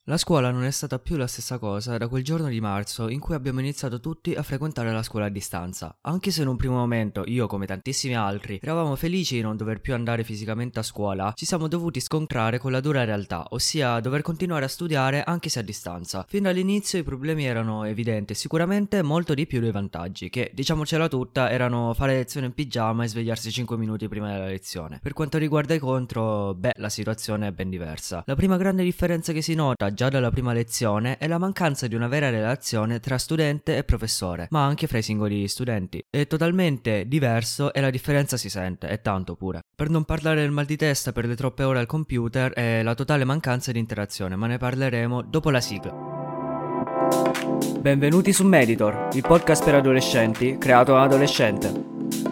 La scuola non è stata più la stessa cosa da quel giorno di marzo in cui abbiamo iniziato tutti a frequentare la scuola a distanza. Anche se in un primo momento, io come tantissimi altri, eravamo felici di non dover più andare fisicamente a scuola, ci siamo dovuti scontrare con la dura realtà, ossia dover continuare a studiare anche se a distanza. Fin dall'inizio i problemi erano evidenti e sicuramente molto di più dei vantaggi, che, diciamocela tutta, erano fare lezione in pigiama e svegliarsi 5 minuti prima della lezione. Per quanto riguarda i contro, la situazione è ben diversa. La prima grande differenza che si nota già dalla prima lezione è la mancanza di una vera relazione tra studente e professore, ma anche fra i singoli studenti. È totalmente diverso e la differenza si sente, e tanto pure. Per non parlare del mal di testa per le troppe ore al computer e la totale mancanza di interazione, ma ne parleremo dopo la sigla. Benvenuti su Meditor, il podcast per adolescenti creato da un adolescente.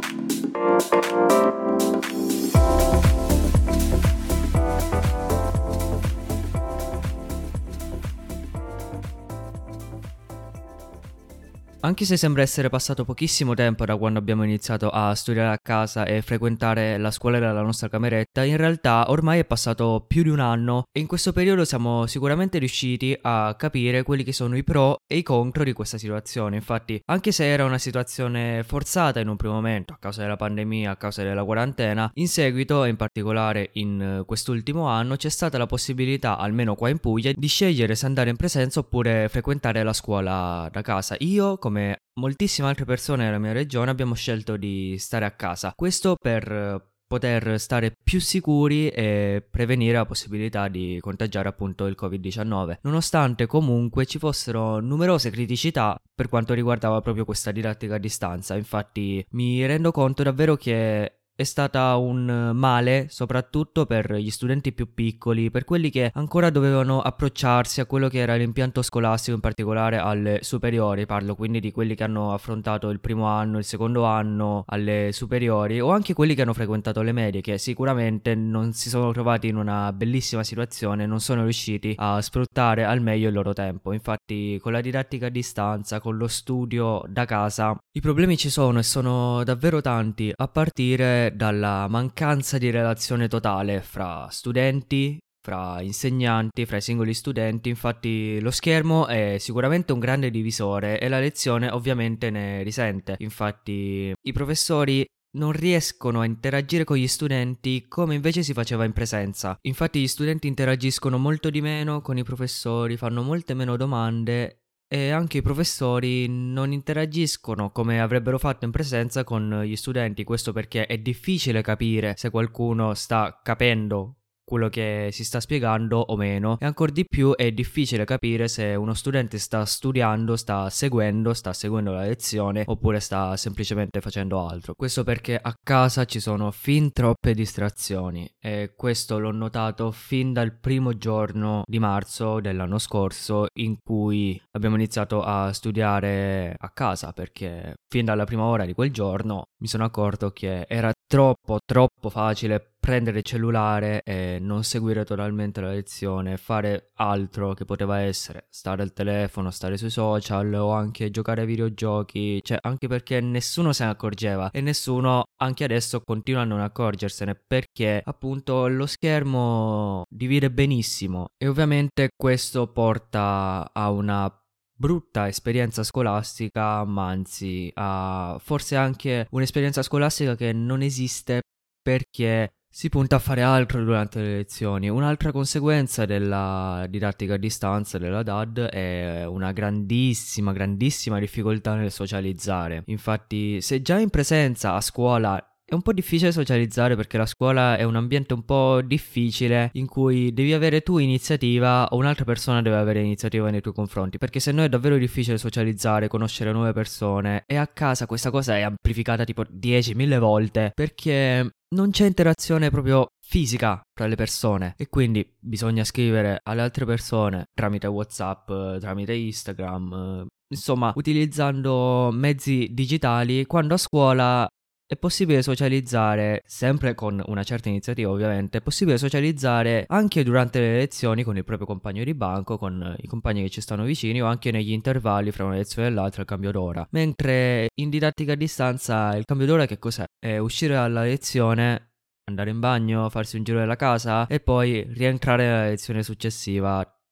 Anche se sembra essere passato pochissimo tempo da quando abbiamo iniziato a studiare a casa e frequentare la scuola dalla nostra cameretta, in realtà ormai è passato più di un anno e in questo periodo siamo sicuramente riusciti a capire quelli che sono i pro e i contro di questa situazione. Infatti, anche se era una situazione forzata in un primo momento a causa della pandemia, a causa della quarantena, in seguito e in particolare in quest'ultimo anno c'è stata la possibilità, almeno qua in Puglia, di scegliere se andare in presenza oppure frequentare la scuola da casa. Io, come moltissime altre persone nella mia regione, abbiamo scelto di stare a casa. Questo per poter stare più sicuri e prevenire la possibilità di contagiare appunto il Covid-19, nonostante comunque ci fossero numerose criticità per quanto riguardava proprio questa didattica a distanza. Infatti mi rendo conto davvero che è stata un male soprattutto per gli studenti più piccoli, per quelli che ancora dovevano approcciarsi a quello che era l'impianto scolastico, in particolare alle superiori. Parlo quindi di quelli che hanno affrontato il primo anno, il secondo anno alle superiori, o anche quelli che hanno frequentato le medie, che sicuramente non si sono trovati in una bellissima situazione, non sono riusciti a sfruttare al meglio il loro tempo. Infatti con la didattica a distanza, con lo studio da casa, i problemi ci sono e sono davvero tanti, a partire dalla mancanza di relazione totale fra studenti, fra insegnanti, fra i singoli studenti. Infatti lo schermo è sicuramente un grande divisore e la lezione ovviamente ne risente. Infatti i professori non riescono a interagire con gli studenti come invece si faceva in presenza. Infatti gli studenti interagiscono molto di meno con i professori, fanno molte meno domande e anche i professori non interagiscono come avrebbero fatto in presenza con gli studenti. Questo perché è difficile capire se qualcuno sta capendo quello che si sta spiegando o meno, e ancora di più è difficile capire se uno studente sta studiando, sta seguendo la lezione oppure sta semplicemente facendo altro. Questo perché a casa ci sono fin troppe distrazioni e questo l'ho notato fin dal primo giorno di marzo dell'anno scorso in cui abbiamo iniziato a studiare a casa, perché fin dalla prima ora di quel giorno mi sono accorto che era troppo facile prendere il cellulare e non seguire totalmente la lezione, fare altro che poteva essere stare al telefono, stare sui social o anche giocare ai videogiochi, cioè anche perché nessuno se ne accorgeva e nessuno anche adesso continua a non accorgersene, perché appunto lo schermo divide benissimo e ovviamente questo porta a una brutta esperienza scolastica, ma anzi a forse anche un'esperienza scolastica che non esiste perché si punta a fare altro durante le lezioni. Un'altra conseguenza della didattica a distanza, della DAD, è una grandissima difficoltà nel socializzare. Infatti, se già in presenza a scuola è un po' difficile socializzare, perché la scuola è un ambiente un po' difficile in cui devi avere tu iniziativa o un'altra persona deve avere iniziativa nei tuoi confronti, perché se no è davvero difficile socializzare, conoscere nuove persone, e a casa questa cosa è amplificata tipo 10.000 volte perché non c'è interazione proprio fisica tra le persone e quindi bisogna scrivere alle altre persone tramite WhatsApp, tramite Instagram, insomma utilizzando mezzi digitali, quando a scuola è possibile socializzare, sempre con una certa iniziativa ovviamente, è possibile socializzare anche durante le lezioni con il proprio compagno di banco, con i compagni che ci stanno vicini o anche negli intervalli fra una lezione e l'altra, il cambio d'ora. Mentre in didattica a distanza il cambio d'ora che cos'è? È uscire dalla lezione, andare in bagno, farsi un giro della casa e poi rientrare nella lezione successiva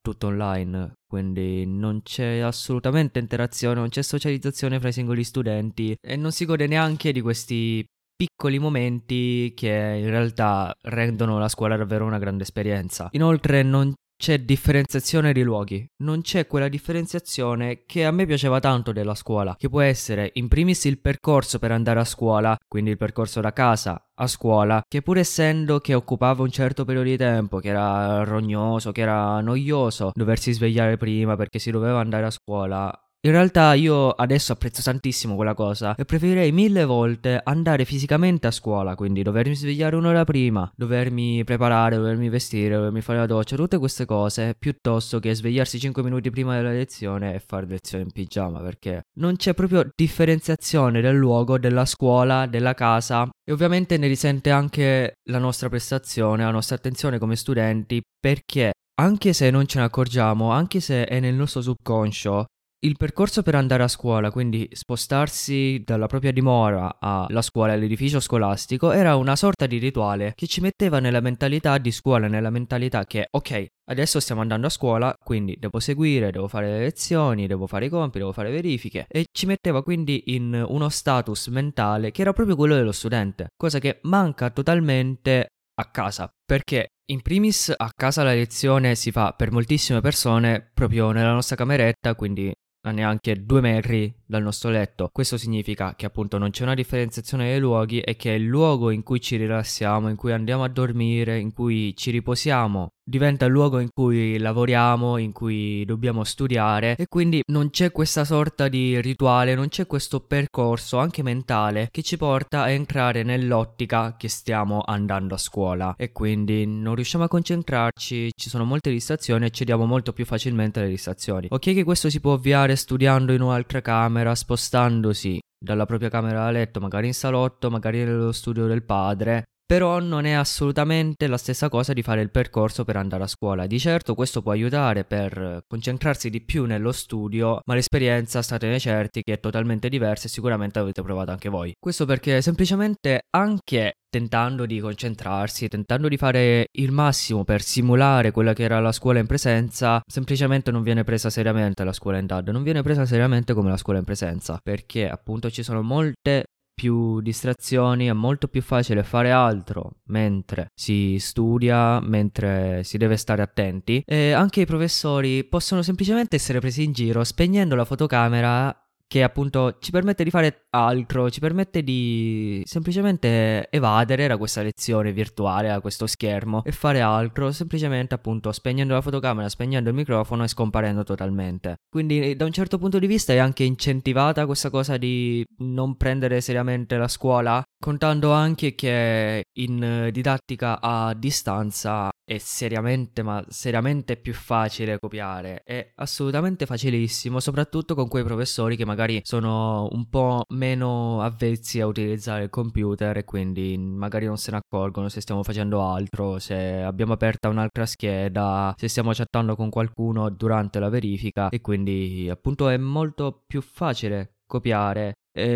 tutto online, quindi non c'è assolutamente interazione, non c'è socializzazione fra i singoli studenti e non si gode neanche di questi piccoli momenti che in realtà rendono la scuola davvero una grande esperienza. Inoltre non c'è differenziazione di luoghi, non c'è quella differenziazione che a me piaceva tanto della scuola, che può essere in primis il percorso per andare a scuola, quindi il percorso da casa a scuola, che pur essendo che occupava un certo periodo di tempo, che era rognoso, che era noioso, doversi svegliare prima perché si doveva andare a scuola. In realtà io adesso apprezzo tantissimo quella cosa e preferirei 1000 volte andare fisicamente a scuola, quindi dovermi svegliare un'ora prima, dovermi preparare, dovermi vestire, dovermi fare la doccia, tutte queste cose, piuttosto che svegliarsi 5 minuti prima della lezione e fare lezione in pigiama, perché non c'è proprio differenziazione del luogo, della scuola, della casa e ovviamente ne risente anche la nostra prestazione, la nostra attenzione come studenti, perché anche se non ce ne accorgiamo, anche se è nel nostro subconscio, il percorso per andare a scuola, quindi spostarsi dalla propria dimora alla scuola, all'edificio scolastico, era una sorta di rituale che ci metteva nella mentalità di scuola, nella mentalità che, ok, adesso stiamo andando a scuola, quindi devo seguire, devo fare le lezioni, devo fare i compiti, devo fare verifiche, e ci metteva quindi in uno status mentale che era proprio quello dello studente, cosa che manca totalmente a casa, perché in primis a casa la lezione si fa per moltissime persone proprio nella nostra cameretta, quindi a neanche 2 metri dal nostro letto. Questo significa che appunto non c'è una differenziazione dei luoghi e che il luogo in cui ci rilassiamo, in cui andiamo a dormire, in cui ci riposiamo, diventa il luogo in cui lavoriamo, in cui dobbiamo studiare e quindi non c'è questa sorta di rituale, non c'è questo percorso anche mentale che ci porta a entrare nell'ottica che stiamo andando a scuola e quindi non riusciamo a concentrarci, ci sono molte distrazioni e cediamo molto più facilmente alle distrazioni. Ok che questo si può ovviare studiando in un'altra camera, spostandosi dalla propria camera da letto, magari in salotto, magari nello studio del padre, però non è assolutamente la stessa cosa di fare il percorso per andare a scuola. Di certo questo può aiutare per concentrarsi di più nello studio, ma l'esperienza statene certi che è totalmente diversa e sicuramente l'avete provato anche voi. Questo perché semplicemente anche tentando di concentrarsi, tentando di fare il massimo per simulare quella che era la scuola in presenza, semplicemente non viene presa seriamente la scuola in DAD, non viene presa seriamente come la scuola in presenza, perché appunto ci sono molte più distrazioni, è molto più facile fare altro mentre si studia, mentre si deve stare attenti e anche i professori possono semplicemente essere presi in giro spegnendo la fotocamera che appunto ci permette di fare altro, ci permette di semplicemente evadere da questa lezione virtuale, da questo schermo e fare altro, semplicemente appunto spegnendo la fotocamera, spegnendo il microfono e scomparendo totalmente. Quindi da un certo punto di vista è anche incentivata questa cosa di non prendere seriamente la scuola, contando anche che in didattica a distanza è seriamente, ma seriamente più facile copiare, è assolutamente facilissimo, soprattutto con quei professori che magari sono un po' meno avvezzi a utilizzare il computer e quindi magari non se ne accorgono se stiamo facendo altro, se abbiamo aperta un'altra scheda, se stiamo chattando con qualcuno durante la verifica e quindi appunto è molto più facile copiare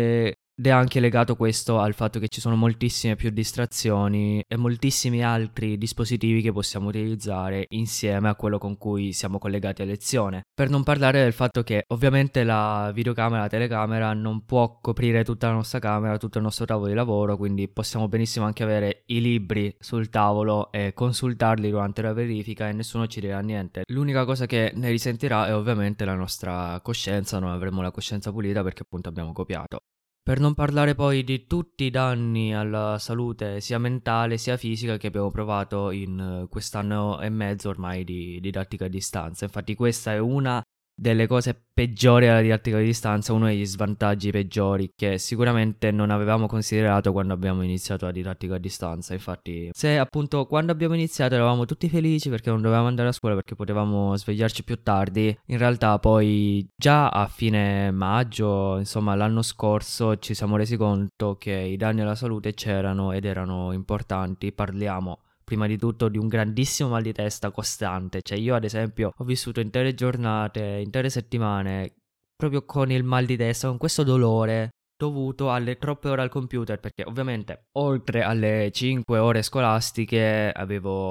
ed è anche legato questo al fatto che ci sono moltissime più distrazioni e moltissimi altri dispositivi che possiamo utilizzare insieme a quello con cui siamo collegati a lezione. Per non parlare del fatto che ovviamente la videocamera, la telecamera non può coprire tutta la nostra camera, tutto il nostro tavolo di lavoro, quindi possiamo benissimo anche avere i libri sul tavolo e consultarli durante la verifica e nessuno ci dirà niente. L'unica cosa che ne risentirà è ovviamente la nostra coscienza, non avremo la coscienza pulita perché appunto abbiamo copiato. Per non parlare poi di tutti i danni alla salute sia mentale sia fisica che abbiamo provato in quest'anno e mezzo ormai di didattica a distanza. Infatti questa è una delle cose peggiori alla didattica a distanza, uno degli svantaggi peggiori che sicuramente non avevamo considerato quando abbiamo iniziato la didattica a distanza. Infatti se appunto quando abbiamo iniziato eravamo tutti felici perché non dovevamo andare a scuola, perché potevamo svegliarci più tardi, in realtà poi già a fine maggio, insomma l'anno scorso, ci siamo resi conto che i danni alla salute c'erano ed erano importanti. Parliamo prima di tutto di un grandissimo mal di testa costante, cioè io ad esempio ho vissuto intere giornate, intere settimane proprio con il mal di testa, con questo dolore dovuto alle troppe ore al computer, perché ovviamente oltre alle 5 ore scolastiche avevo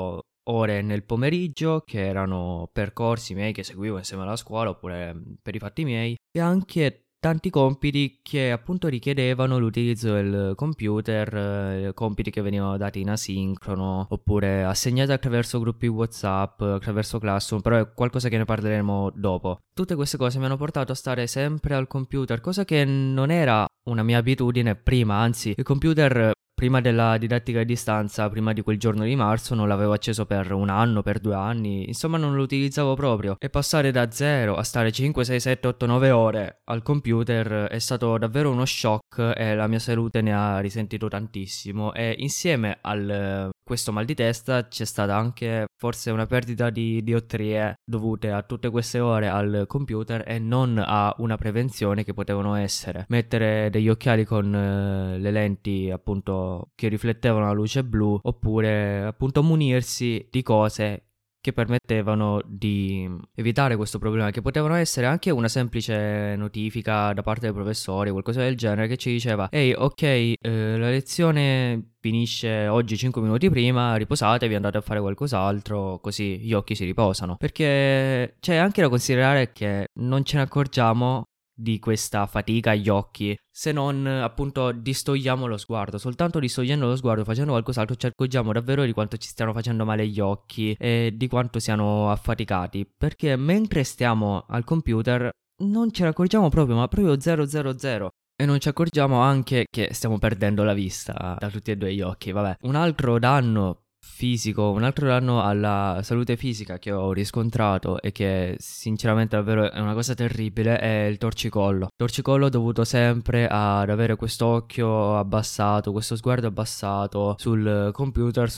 ore nel pomeriggio che erano percorsi miei che seguivo insieme alla scuola oppure per i fatti miei, e anche tanti compiti che appunto richiedevano l'utilizzo del computer, compiti che venivano dati in asincrono oppure assegnati attraverso gruppi WhatsApp, attraverso Classroom, però è qualcosa che ne parleremo dopo. Tutte queste cose mi hanno portato a stare sempre al computer, cosa che non era una mia abitudine prima, anzi il computer prima della didattica a distanza, prima di quel giorno di marzo, non l'avevo acceso per un anno, per 2 anni, insomma non lo utilizzavo proprio. E passare da 0 a stare 5, 6, 7, 8, 9 ore al computer è stato davvero uno shock e la mia salute ne ha risentito tantissimo. E insieme a questo mal di testa c'è stata anche forse una perdita di diottrie dovute a tutte queste ore al computer e non a una prevenzione che potevano essere mettere degli occhiali con le lenti appunto che riflettevano la luce blu oppure appunto munirsi di cose che permettevano di evitare questo problema, che potevano essere anche una semplice notifica da parte dei professori, qualcosa del genere che ci diceva ehi ok, la lezione finisce oggi 5 minuti prima, riposatevi, andate a fare qualcos'altro, così gli occhi si riposano. Perché c'è anche da considerare che non ce ne accorgiamo di questa fatica agli occhi se non appunto distogliamo lo sguardo. Soltanto distogliendo lo sguardo, facendo qualcos'altro, ci accorgiamo davvero di quanto ci stiano facendo male gli occhi e di quanto siano affaticati, perché mentre stiamo al computer non ce ne accorgiamo proprio, ma proprio 000. E non ci accorgiamo anche che stiamo perdendo la vista da tutti e due gli occhi. Vabbè, un altro danno fisico, un altro danno alla salute fisica che ho riscontrato e che sinceramente davvero è una cosa terribile è il torcicollo. Torcicollo dovuto sempre ad avere quest'occhio abbassato, questo sguardo abbassato sul computer,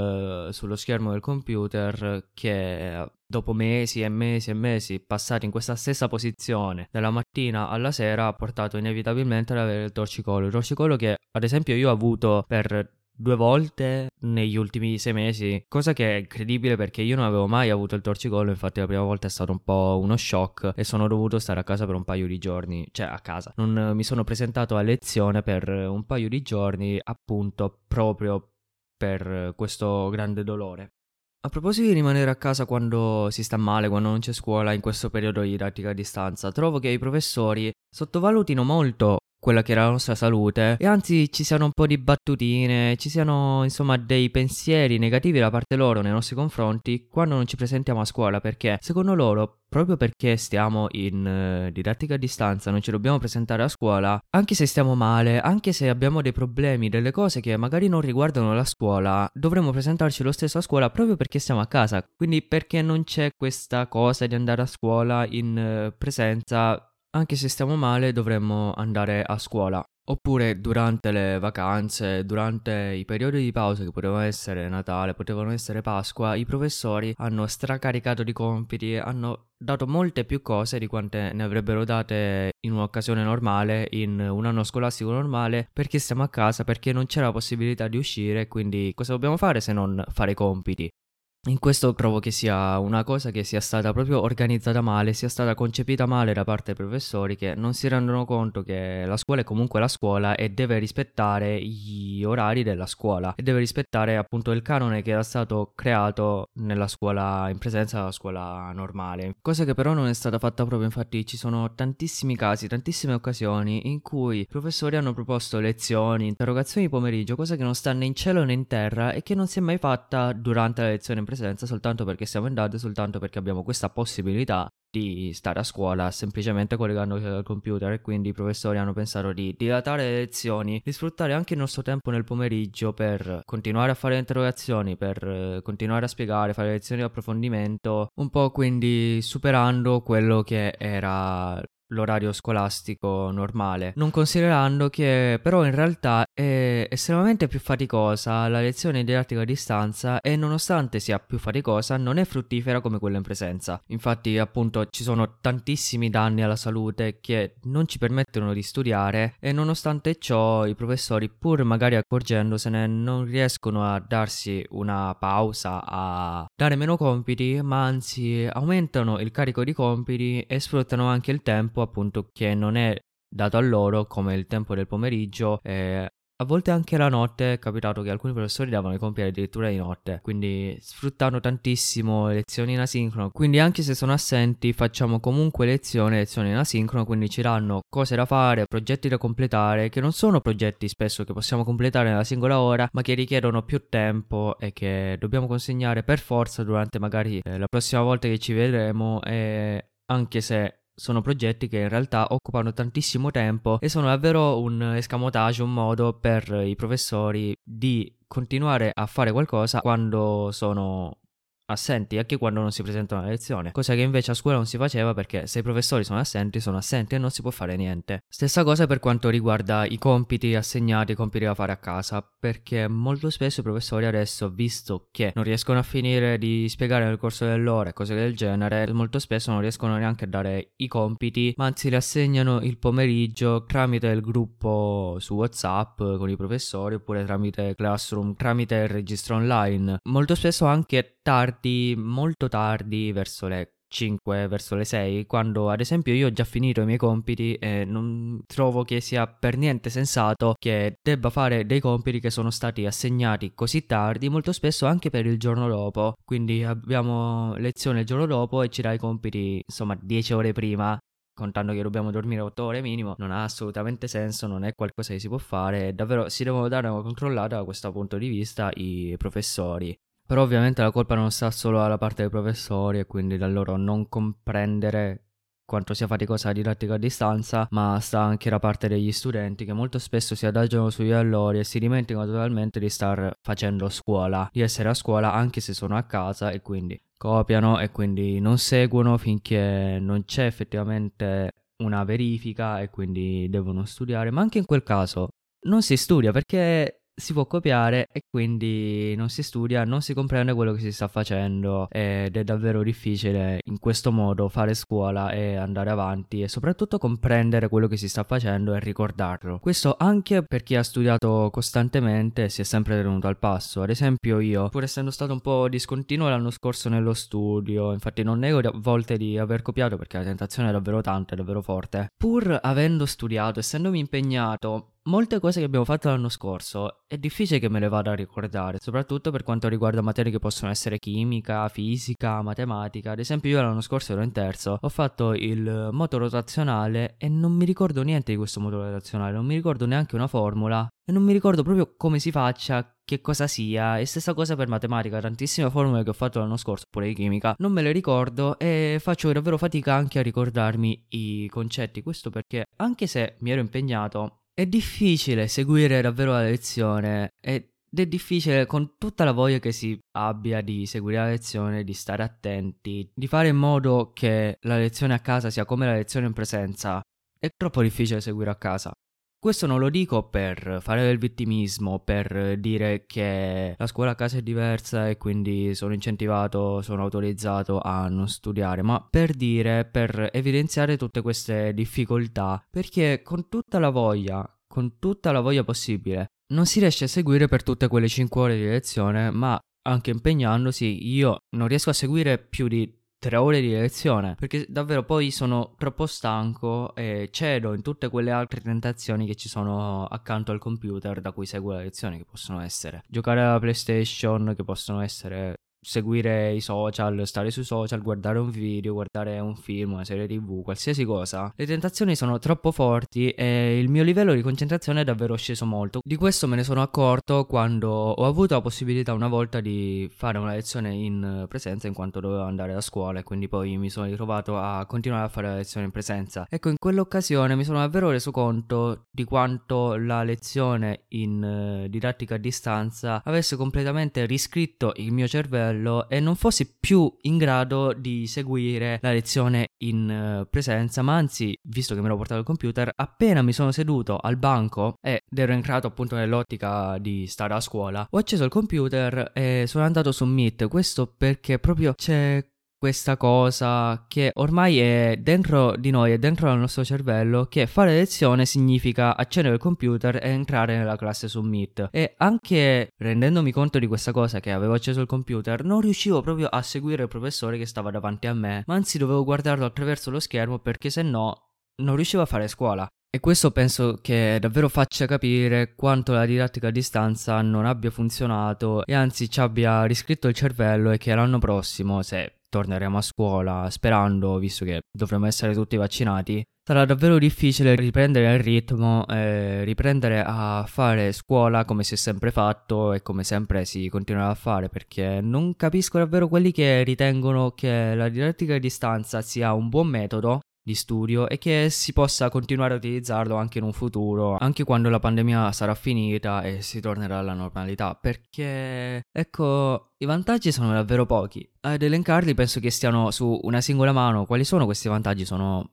sullo schermo del computer, che dopo mesi e mesi e mesi passati in questa stessa posizione dalla mattina alla sera ha portato inevitabilmente ad avere il torcicollo. Il torcicollo che ad esempio io ho avuto per 2 volte negli ultimi 6 mesi, cosa che è incredibile perché io non avevo mai avuto il torcicollo. Infatti la prima volta è stato un po' uno shock e sono dovuto stare a casa per un paio di giorni, cioè a casa, non mi sono presentato a lezione per un paio di giorni appunto proprio per questo grande dolore. A proposito di rimanere a casa quando si sta male, quando non c'è scuola in questo periodo di didattica a distanza, trovo che i professori sottovalutino molto quella che era la nostra salute e anzi ci siano un po' di battutine, ci siano insomma dei pensieri negativi da parte loro nei nostri confronti quando non ci presentiamo a scuola, perché secondo loro, proprio perché stiamo in didattica a distanza, non ci dobbiamo presentare a scuola, anche se stiamo male, anche se abbiamo dei problemi, delle cose che magari non riguardano la scuola, dovremmo presentarci lo stesso a scuola proprio perché stiamo a casa. Quindi perché non c'è questa cosa di andare a scuola in presenza, anche se stiamo male dovremmo andare a scuola. Oppure durante le vacanze, durante i periodi di pausa che potevano essere Natale, potevano essere Pasqua, i professori hanno stracaricato di compiti, hanno dato molte più cose di quante ne avrebbero date in un'occasione normale, in un anno scolastico normale, perché stiamo a casa, perché non c'era la possibilità di uscire, quindi cosa dobbiamo fare se non fare i compiti? In questo trovo che sia una cosa che sia stata proprio organizzata male, sia stata concepita male da parte dei professori, che non si rendono conto che la scuola è comunque la scuola e deve rispettare gli orari della scuola e deve rispettare appunto il canone che era stato creato nella scuola in presenza della scuola normale. Cosa che però non è stata fatta proprio. Infatti ci sono tantissimi casi, tantissime occasioni in cui i professori hanno proposto lezioni, interrogazioni di pomeriggio, cosa che non sta né in cielo né in terra e che non si è mai fatta durante la lezione in presenza, soltanto perché siamo andati, soltanto perché abbiamo questa possibilità di stare a scuola semplicemente collegandoci al computer, e quindi i professori hanno pensato di dilatare le lezioni, di sfruttare anche il nostro tempo nel pomeriggio per continuare a fare interrogazioni, per continuare a spiegare, fare lezioni di approfondimento, un po' quindi superando quello che era l'orario scolastico normale, non considerando che però in realtà è estremamente più faticosa la lezione di didattica a distanza e nonostante sia più faticosa non è fruttifera come quella in presenza. Infatti appunto ci sono tantissimi danni alla salute che non ci permettono di studiare e nonostante ciò i professori, pur magari accorgendosene, non riescono a darsi una pausa, a dare meno compiti, ma anzi aumentano il carico di compiti e sfruttano anche il tempo appunto che non è dato a loro come il tempo del pomeriggio, A volte anche la notte è capitato che alcuni professori davano i compiti addirittura di notte, quindi sfruttano tantissimo le lezioni in asincrono. Quindi anche se sono assenti facciamo comunque lezioni in asincrono, quindi ci danno cose da fare, progetti da completare, che non sono progetti spesso che possiamo completare nella singola ora, ma che richiedono più tempo e che dobbiamo consegnare per forza durante magari la prossima volta che ci vedremo, e anche se sono progetti che in realtà occupano tantissimo tempo e sono davvero un escamotage, un modo per i professori di continuare a fare qualcosa quando sono assenti, anche quando non si presentano alla lezione, cosa che invece a scuola non si faceva, perché se i professori sono assenti e non si può fare niente. Stessa cosa per quanto riguarda i compiti assegnati, i compiti da fare a casa, perché molto spesso i professori adesso, visto che non riescono a finire di spiegare nel corso dell'ora e cose del genere, molto spesso non riescono neanche a dare i compiti, ma anzi li assegnano il pomeriggio tramite il gruppo su WhatsApp con i professori, oppure tramite Classroom, tramite il registro online. Molto spesso anche tardi, molto tardi, verso le 5, verso le 6, quando ad esempio io ho già finito i miei compiti e non trovo che sia per niente sensato che debba fare dei compiti che sono stati assegnati così tardi, molto spesso anche per il giorno dopo. Quindi abbiamo lezione il giorno dopo e ci dai i compiti, insomma, 10 ore prima, contando che dobbiamo dormire 8 ore minimo. Non ha assolutamente senso, non è qualcosa che si può fare, davvero si devono dare una controllata da questo punto di vista i professori. Però ovviamente la colpa non sta solo alla parte dei professori e quindi da loro non comprendere quanto sia faticosa la didattica a distanza, ma sta anche da parte degli studenti, che molto spesso si adagiano sugli allori e si dimenticano totalmente di star facendo scuola, di essere a scuola anche se sono a casa, e quindi copiano e quindi non seguono finché non c'è effettivamente una verifica e quindi devono studiare. Ma anche in quel caso non si studia, perché si può copiare e quindi non si studia, non si comprende quello che si sta facendo, ed è davvero difficile in questo modo fare scuola e andare avanti e soprattutto comprendere quello che si sta facendo e ricordarlo. Questo anche per chi ha studiato costantemente e si è sempre tenuto al passo. Ad esempio io, pur essendo stato un po' discontinuo l'anno scorso nello studio, infatti non nego a volte di aver copiato perché la tentazione è davvero tanta, è davvero forte, pur avendo studiato, essendomi impegnato, molte cose che abbiamo fatto l'anno scorso è difficile che me le vada a ricordare, soprattutto per quanto riguarda materie che possono essere chimica, fisica, matematica. Ad esempio io l'anno scorso ero in terzo, ho fatto il moto rotazionale e non mi ricordo niente di questo moto rotazionale, non mi ricordo neanche una formula e non mi ricordo proprio come si faccia, che cosa sia. E stessa cosa per matematica, tantissime formule che ho fatto l'anno scorso, pure di chimica, non me le ricordo e faccio davvero fatica anche a ricordarmi i concetti. Questo perché anche se mi ero impegnato, è difficile seguire davvero la lezione ed è difficile, con tutta la voglia che si abbia di seguire la lezione, di stare attenti, di fare in modo che la lezione a casa sia come la lezione in presenza. È troppo difficile seguire a casa. Questo non lo dico per fare del vittimismo, per dire che la scuola a casa è diversa e quindi sono incentivato, sono autorizzato a non studiare, ma per dire, per evidenziare tutte queste difficoltà, perché con tutta la voglia possibile, non si riesce a seguire per tutte quelle 5 ore di lezione, ma anche impegnandosi io non riesco a seguire più di 3 ore di lezione, perché davvero poi sono troppo stanco e cedo in tutte quelle altre tentazioni che ci sono accanto al computer da cui seguo la lezione, che possono essere giocare alla PlayStation, che possono essere seguire i social, stare sui social, guardare un video, guardare un film, una serie TV, qualsiasi cosa. Le tentazioni sono troppo forti e il mio livello di concentrazione è davvero sceso molto. Di questo me ne sono accorto quando ho avuto la possibilità una volta di fare una lezione in presenza, in quanto dovevo andare a scuola, e quindi poi mi sono ritrovato a continuare a fare la lezione in presenza. Ecco, in quell'occasione mi sono davvero reso conto di quanto la lezione in didattica a distanza avesse completamente riscritto il mio cervello e non fossi più in grado di seguire la lezione in presenza, ma anzi, visto che me l'ho portato al computer, appena mi sono seduto al banco ed ero entrato appunto nell'ottica di stare a scuola, ho acceso il computer e sono andato su Meet. Questo perché proprio c'è questa cosa che ormai è dentro di noi, è dentro il nostro cervello, che fare lezione significa accendere il computer e entrare nella classe su Meet. E anche rendendomi conto di questa cosa, che avevo acceso il computer, non riuscivo proprio a seguire il professore che stava davanti a me, ma anzi dovevo guardarlo attraverso lo schermo, perché se no non riuscivo a fare scuola. E questo penso che davvero faccia capire quanto la didattica a distanza non abbia funzionato e anzi ci abbia riscritto il cervello, e che l'anno prossimo, se torneremo a scuola, sperando, visto che dovremo essere tutti vaccinati, sarà davvero difficile riprendere il ritmo e riprendere a fare scuola come si è sempre fatto e come sempre si continuerà a fare, perché non capisco davvero quelli che ritengono che la didattica a distanza sia un buon metodo di studio e che si possa continuare a utilizzarlo anche in un futuro, anche quando la pandemia sarà finita e si tornerà alla normalità, perché ecco, i vantaggi sono davvero pochi. Ad elencarli penso che stiano su una singola mano. Quali sono questi vantaggi? Sono,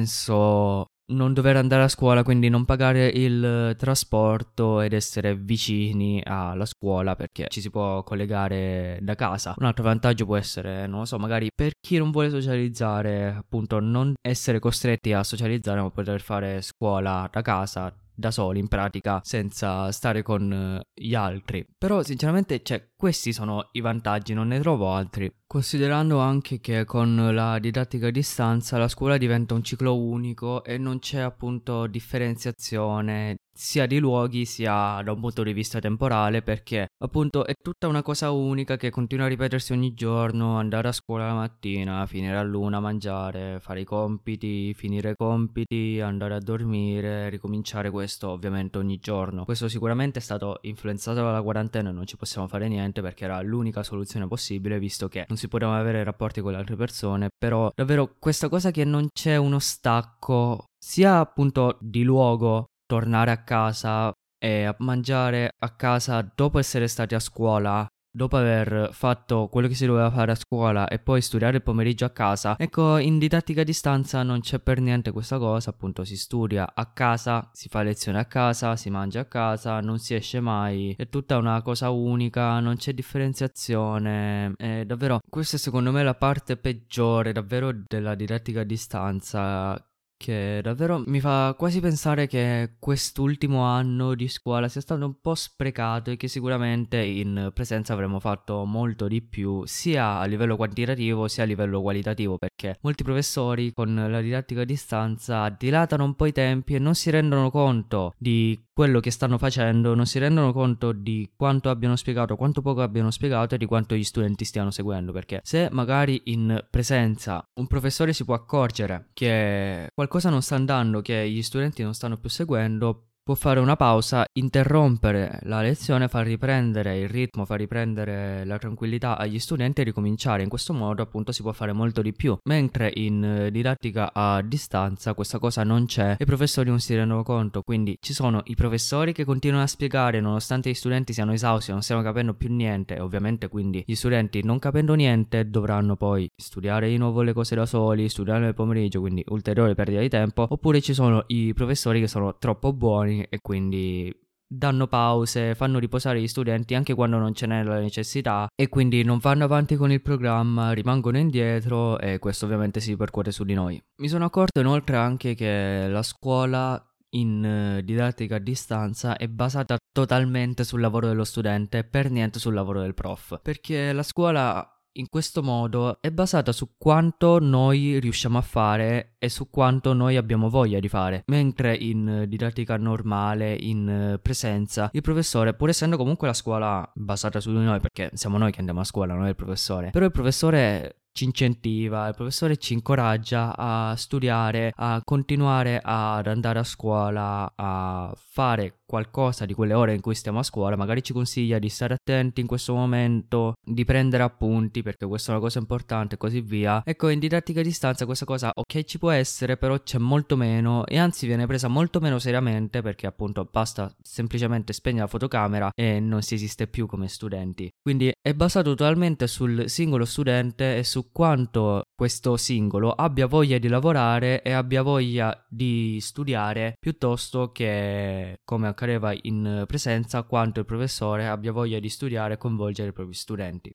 penso non dover andare a scuola, quindi non pagare il trasporto ed essere vicini alla scuola perché ci si può collegare da casa. Un altro vantaggio può essere, non lo so, magari per chi non vuole socializzare, appunto non essere costretti a socializzare ma poter fare scuola da casa, da soli in pratica, senza stare con gli altri. Però sinceramente, cioè, questi sono i vantaggi, non ne trovo altri. Considerando anche che con la didattica a distanza la scuola diventa un ciclo unico e non c'è appunto differenziazione sia di luoghi sia da un punto di vista temporale, perché appunto è tutta una cosa unica che continua a ripetersi ogni giorno: andare a scuola la mattina, finire all'una, mangiare, fare i compiti, finire i compiti, andare a dormire, ricominciare questo ovviamente ogni giorno. Questo sicuramente è stato influenzato dalla quarantena e non ci possiamo fare niente perché era l'unica soluzione possibile, visto che non si potevano avere rapporti con le altre persone. Però davvero questa cosa che non c'è uno stacco sia appunto di luogo, tornare a casa e a mangiare a casa dopo essere stati a scuola, dopo aver fatto quello che si doveva fare a scuola e poi studiare il pomeriggio a casa. Ecco, in didattica a distanza non c'è per niente questa cosa, appunto si studia a casa, si fa lezione a casa, si mangia a casa, non si esce mai, è tutta una cosa unica, non c'è differenziazione. E davvero questa è secondo me la parte peggiore davvero della didattica a distanza, che davvero mi fa quasi pensare che quest'ultimo anno di scuola sia stato un po' sprecato e che sicuramente in presenza avremmo fatto molto di più, sia a livello quantitativo sia a livello qualitativo, perché molti professori con la didattica a distanza dilatano un po' i tempi e non si rendono conto di quello che stanno facendo, non si rendono conto di quanto abbiano spiegato, quanto poco abbiano spiegato e di quanto gli studenti stiano seguendo, perché se magari in presenza un professore si può accorgere che qualcosa non sta andando, che gli studenti non stanno più seguendo, può fare una pausa, interrompere la lezione, far riprendere il ritmo, far riprendere la tranquillità agli studenti e ricominciare. In questo modo appunto si può fare molto di più, mentre in didattica a distanza questa cosa non c'è e i professori non si rendono conto, quindi ci sono i professori che continuano a spiegare nonostante gli studenti siano esausti, non stiano capendo più niente, e ovviamente quindi gli studenti, non capendo niente, dovranno poi studiare di nuovo le cose da soli, studiare nel pomeriggio, quindi ulteriore perdita di tempo. Oppure ci sono i professori che sono troppo buoni e quindi danno pause, fanno riposare gli studenti anche quando non ce n'è la necessità e quindi non vanno avanti con il programma, rimangono indietro, e questo ovviamente si ripercuote su di noi. Mi sono accorto inoltre anche che la scuola in didattica a distanza è basata totalmente sul lavoro dello studente e per niente sul lavoro del prof, perché la scuola in questo modo è basata su quanto noi riusciamo a fare e su quanto noi abbiamo voglia di fare, mentre in didattica normale, in presenza, il professore, pur essendo comunque la scuola basata su di noi, perché siamo noi che andiamo a scuola, non è il professore, però il professore ci incentiva, il professore ci incoraggia a studiare, a continuare ad andare a scuola, a fare qualcosa di quelle ore in cui stiamo a scuola, magari ci consiglia di stare attenti in questo momento, di prendere appunti perché questa è una cosa importante e così via. Ecco, in didattica a distanza questa cosa ok ci può essere, però c'è molto meno e anzi viene presa molto meno seriamente, perché appunto basta semplicemente spegnere la fotocamera e non si esiste più come studenti. Quindi è basato totalmente sul singolo studente e su quanto questo singolo abbia voglia di lavorare e abbia voglia di studiare, piuttosto che, come accadeva in presenza, quanto il professore abbia voglia di studiare e coinvolgere i propri studenti.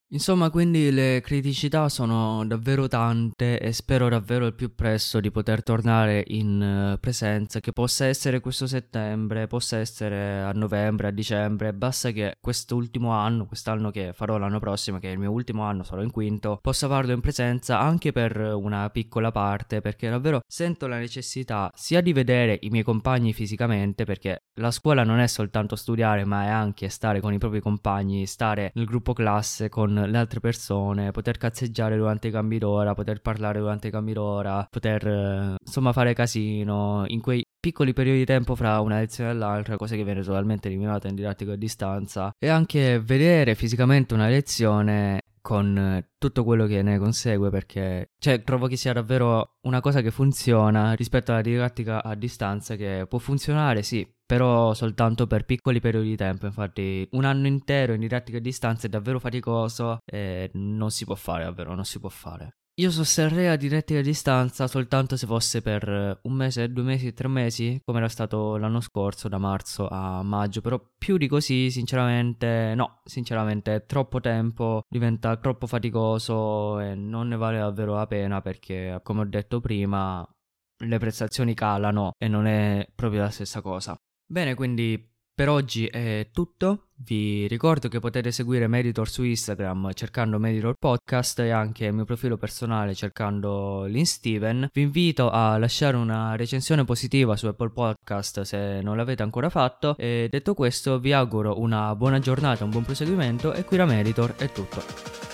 Insomma, quindi le criticità sono davvero tante e spero davvero al più presto di poter tornare in presenza, che possa essere questo settembre, possa essere a novembre, a dicembre, basta che quest'ultimo anno, quest'anno che farò l'anno prossimo, che è il mio ultimo anno, sarò in quinto, possa farlo in presenza anche per una piccola parte, perché davvero sento la necessità sia di vedere i miei compagni fisicamente, perché la scuola non è soltanto studiare, ma è anche stare con i propri compagni, stare nel gruppo classe con le altre persone, poter cazzeggiare durante i cambi d'ora, poter parlare durante i cambi d'ora, poter insomma fare casino in quei piccoli periodi di tempo fra una lezione e l'altra, cosa che viene totalmente eliminata in didattica a distanza, e anche vedere fisicamente una lezione con tutto quello che ne consegue, perché trovo che sia davvero una cosa che funziona rispetto alla didattica a distanza, che può funzionare sì, però soltanto per piccoli periodi di tempo. Infatti un anno intero in didattica a distanza è davvero faticoso e non si può fare, davvero non si può fare. Io sosterrei a didattica a distanza soltanto se fosse per un mese, 2 mesi, 3 mesi, come era stato l'anno scorso, da marzo a maggio, però più di così sinceramente no, sinceramente è troppo tempo, diventa troppo faticoso e non ne vale davvero la pena, perché come ho detto prima le prestazioni calano e non è proprio la stessa cosa. Bene, quindi per oggi è tutto. Vi ricordo che potete seguire Meditor su Instagram cercando Meditor Podcast e anche il mio profilo personale cercando Steven. Vi invito a lasciare una recensione positiva su Apple Podcast se non l'avete ancora fatto, e detto questo vi auguro una buona giornata, un buon proseguimento, e qui da Meditor è tutto.